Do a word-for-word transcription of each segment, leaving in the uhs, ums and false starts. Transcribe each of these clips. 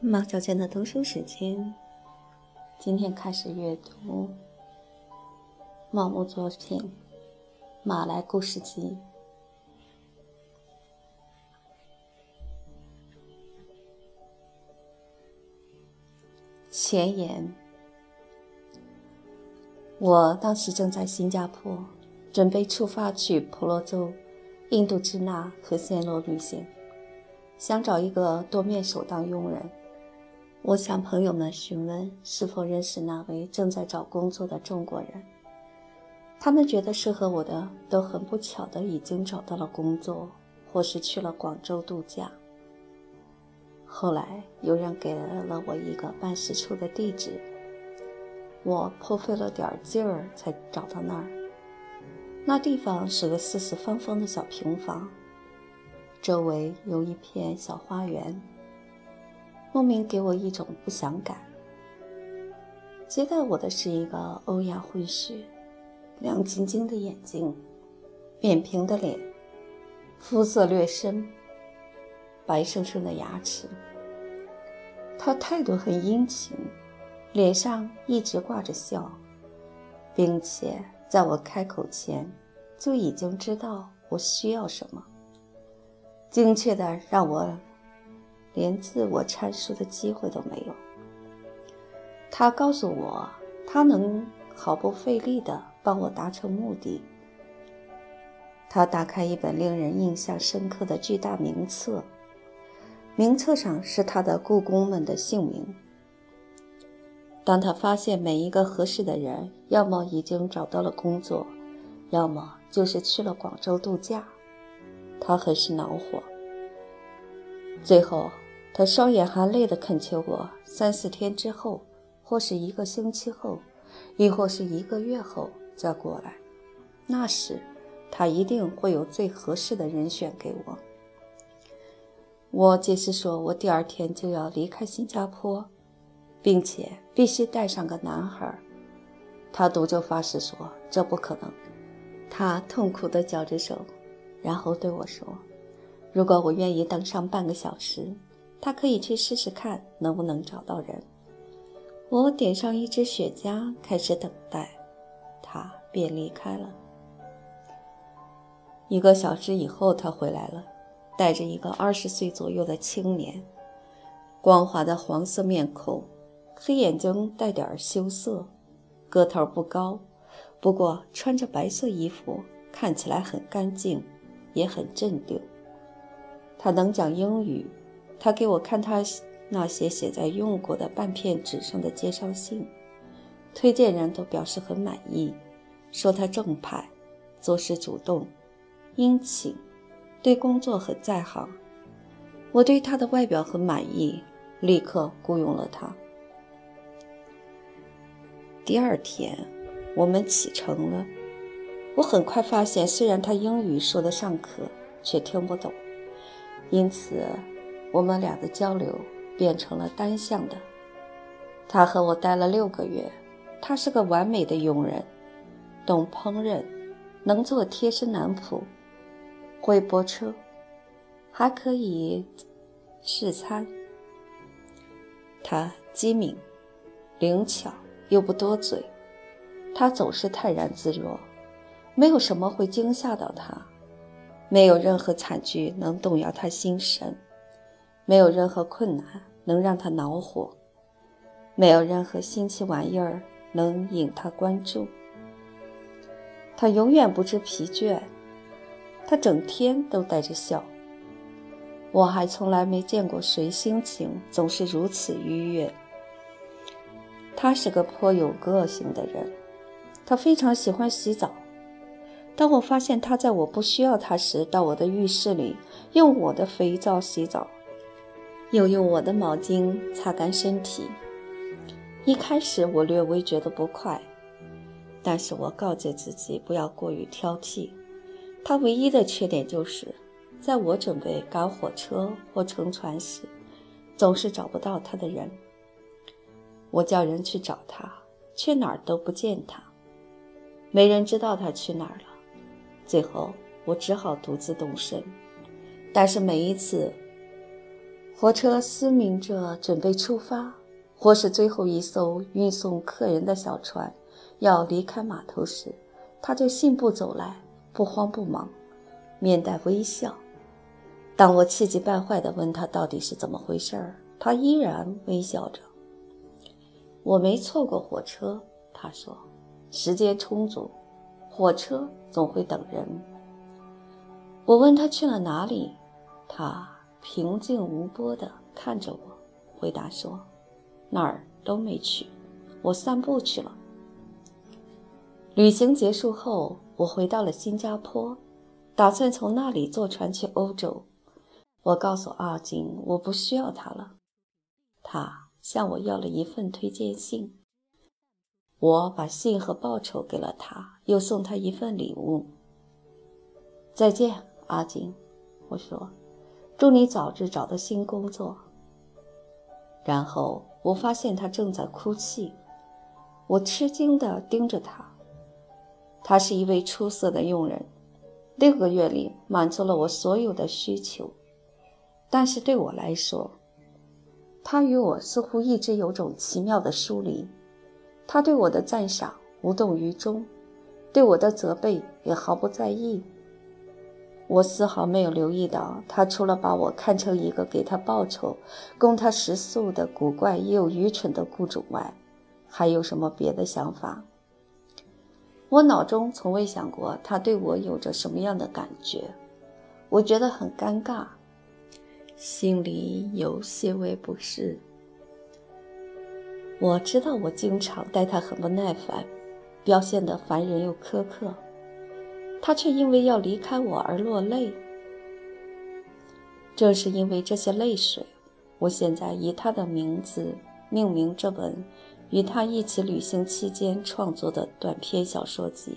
马小娟的读书时间，今天开始阅读毛姆作品《马来故事集》。前言：我当时正在新加坡，准备出发去婆罗洲、印度支那和暹罗旅行，想找一个多面手当佣人。我向朋友们询问是否认识那位正在找工作的中国人，他们觉得适合我的都很不巧的已经找到了工作，或是去了广州度假。后来有人给了我一个办事处的地址，我颇费了点劲儿才找到那儿。那地方是个四四方方的小平房，周围有一片小花园，莫名给我一种不祥感。接待我的是一个欧亚混血、亮晶晶的眼睛、扁平的脸、肤色略深、白生生的牙齿。他态度很殷勤，脸上一直挂着笑，并且在我开口前就已经知道我需要什么，精确的让我连自我阐述的机会都没有。他告诉我，他能毫不费力地帮我达成目的。他打开一本令人印象深刻的巨大名册，名册上是他的雇工们的姓名。当他发现每一个合适的人要么已经找到了工作，要么就是去了广州度假，他很是恼火。最后他双眼含泪地恳求我三四天之后，或是一个星期后，亦或是一个月后再过来，那时他一定会有最合适的人选给我。我解释说我第二天就要离开新加坡，并且必须带上个男孩。他赌咒发誓说这不可能。他痛苦地绞着手，然后对我说，如果我愿意等上半个小时，他可以去试试看能不能找到人。我点上一支雪茄，开始等待，他便离开了。一个小时以后，他回来了，带着一个二十岁左右的青年，光滑的黄色面孔，黑眼睛带点羞涩，个头不高，不过穿着白色衣服，看起来很干净，也很镇定。他能讲英语，他给我看他那些写在用过的半片纸上的介绍信，推荐人都表示很满意，说他正派，做事主动，殷勤，对工作很在行。我对他的外表很满意，立刻雇佣了他。第二天我们启程了，我很快发现，虽然他英语说得上课，却听不懂，因此我们俩的交流变成了单向的。他和我待了六个月，他是个完美的佣人，懂烹饪，能做贴身男仆，会泊车，还可以试餐。他机敏、灵巧，又不多嘴，他总是泰然自若，没有什么会惊吓到他，没有任何惨剧能动摇他心神，没有任何困难能让他恼火，没有任何新奇玩意儿能引他关注。他永远不知疲倦，他整天都带着笑。我还从来没见过谁心情总是如此愉悦。他是个颇有个性的人，他非常喜欢洗澡。当我发现他在我不需要他时，到我的浴室里用我的肥皂洗澡，又用我的毛巾擦干身体，一开始我略微觉得不快，但是我告诫自己不要过于挑剔。他唯一的缺点就是，在我准备赶火车或乘船时，总是找不到他的人。我叫人去找他，却哪儿都不见他，没人知道他去哪儿了。最后我只好独自动身，但是每一次火车嘶鸣着准备出发，或是最后一艘运送客人的小船要离开码头时，他就信步走来，不慌不忙，面带微笑。当我气急败坏地问他到底是怎么回事，他依然微笑着。我没错过火车，他说，时间充足，火车总会等人。我问他去了哪里，他平静无波地看着我，回答说，哪儿都没去，我散步去了。旅行结束后，我回到了新加坡，打算从那里坐船去欧洲。我告诉阿金，我不需要他了。他向我要了一份推荐信，我把信和报酬给了他，又送他一份礼物。再见，阿金，我说，祝你早日找到新工作。然后我发现他正在哭泣，我吃惊地盯着他。他是一位出色的佣人，六个月里满足了我所有的需求，但是对我来说，他与我似乎一直有种奇妙的疏离。他对我的赞赏无动于衷，对我的责备也毫不在意。我丝毫没有留意到，他除了把我看成一个给他报酬、供他食宿的古怪又愚蠢的雇主外，还有什么别的想法。我脑中从未想过他对我有着什么样的感觉，我觉得很尴尬，心里有些微不适。我知道我经常待他很不耐烦，表现得烦人又苛刻，他却因为要离开我而落泪。正是因为这些泪水，我现在以他的名字命名这本与他一起旅行期间创作的短篇小说集。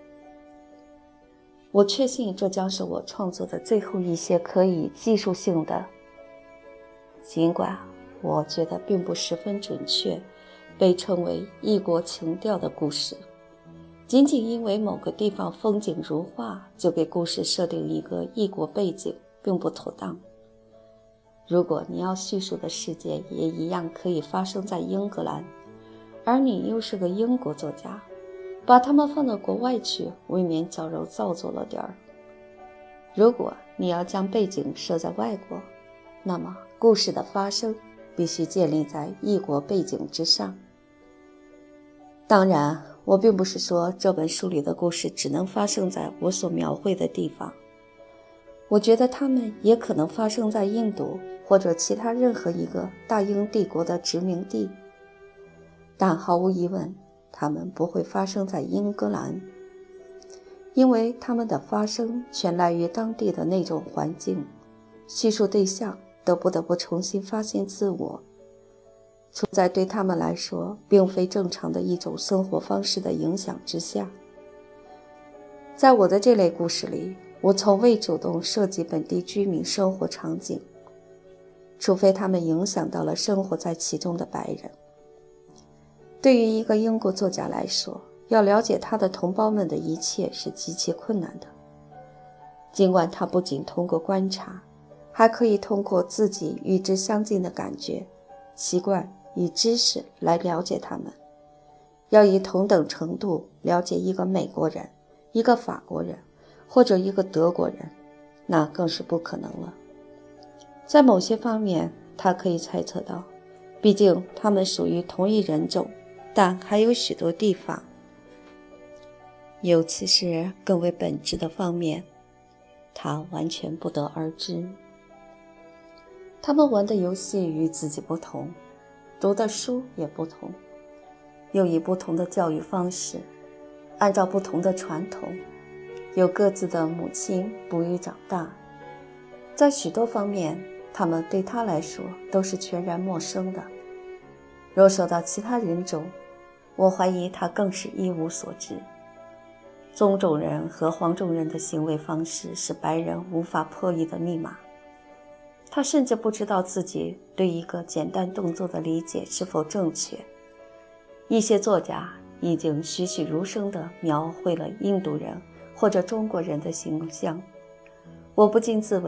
我确信这将是我创作的最后一些可以技术性的，尽管我觉得并不十分准确，被称为异国情调的故事。仅仅因为某个地方风景如画，就给故事设定一个异国背景，并不妥当。如果你要叙述的事件也一样可以发生在英格兰，而你又是个英国作家，把它们放到国外去，未免矫揉造作了点儿。如果你要将背景设在外国，那么故事的发生必须建立在异国背景之上。当然，我并不是说这本书里的故事只能发生在我所描绘的地方，我觉得它们也可能发生在印度或者其他任何一个大英帝国的殖民地，但毫无疑问，它们不会发生在英格兰，因为它们的发生全赖于当地的那种环境，叙述对象都不得不重新发现自我，处在对他们来说并非正常的一种生活方式的影响之下。在我的这类故事里，我从未主动涉及本地居民生活场景，除非他们影响到了生活在其中的白人。对于一个英国作家来说，要了解他的同胞们的一切是极其困难的，尽管他不仅通过观察，还可以通过自己与之相近的感觉、习惯与知识来了解他们。要以同等程度了解一个美国人、一个法国人或者一个德国人，那更是不可能了。在某些方面，他可以猜测到，毕竟他们属于同一人种，但还有许多地方，尤其是更为本质的方面，他完全不得而知。他们玩的游戏与自己不同，读的书也不同，又以不同的教育方式，按照不同的传统，由各自的母亲哺育长大。在许多方面，他们对他来说都是全然陌生的。若说到其他人种，我怀疑他更是一无所知。棕种人和黄种人的行为方式是白人无法破译的密码。他甚至不知道自己对一个简单动作的理解是否正确。一些作家已经栩栩如生地描绘了印度人或者中国人的形象，我不禁自问，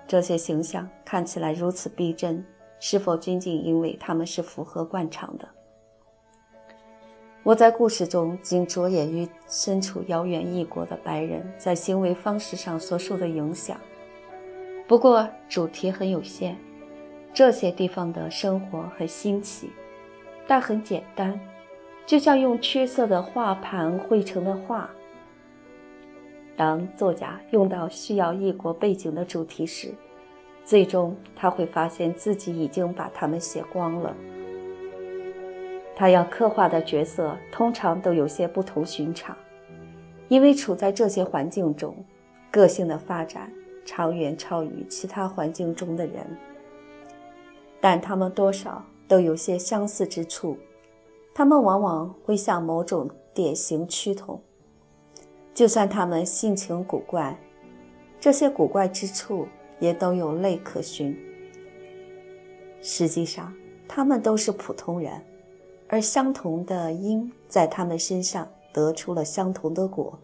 这些形象看起来如此逼真，是否仅仅因为他们是符合惯常的？我在故事中仅着眼于身处遥远异国的白人在行为方式上所受的影响，不过主题很有限，这些地方的生活很新奇，但很简单，就像用缺色的画盘绘成的画。当作家用到需要异国背景的主题时，最终他会发现自己已经把它们写光了。他要刻画的角色通常都有些不同寻常，因为处在这些环境中，个性的发展常远超于其他环境中的人，但他们多少都有些相似之处，他们往往会向某种典型趋同，就算他们性情古怪，这些古怪之处也都有类可循。实际上他们都是普通人，而相同的因在他们身上得出了相同的果。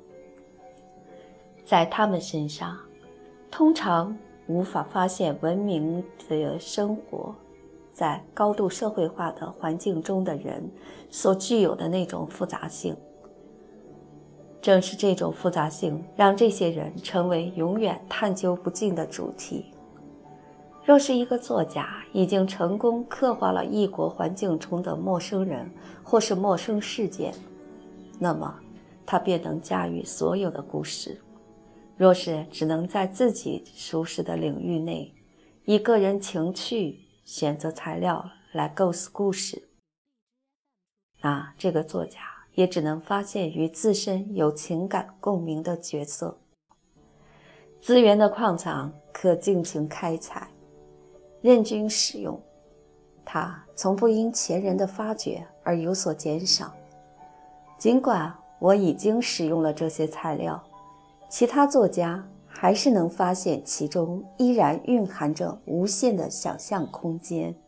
在他们身上通常无法发现文明的生活在高度社会化的环境中的人所具有的那种复杂性。正是这种复杂性让这些人成为永远探究不尽的主题。若是一个作家已经成功刻画了异国环境中的陌生人或是陌生事件，那么他便能驾驭所有的故事。若是只能在自己熟识的领域内以个人情趣选择材料来构思故事，那这个作家也只能发现与自身有情感共鸣的角色。资源的矿藏可尽情开采，任君使用，它从不因前人的发掘而有所减少。尽管我已经使用了这些材料，其他作家还是能发现其中依然蕴含着无限的想象空间。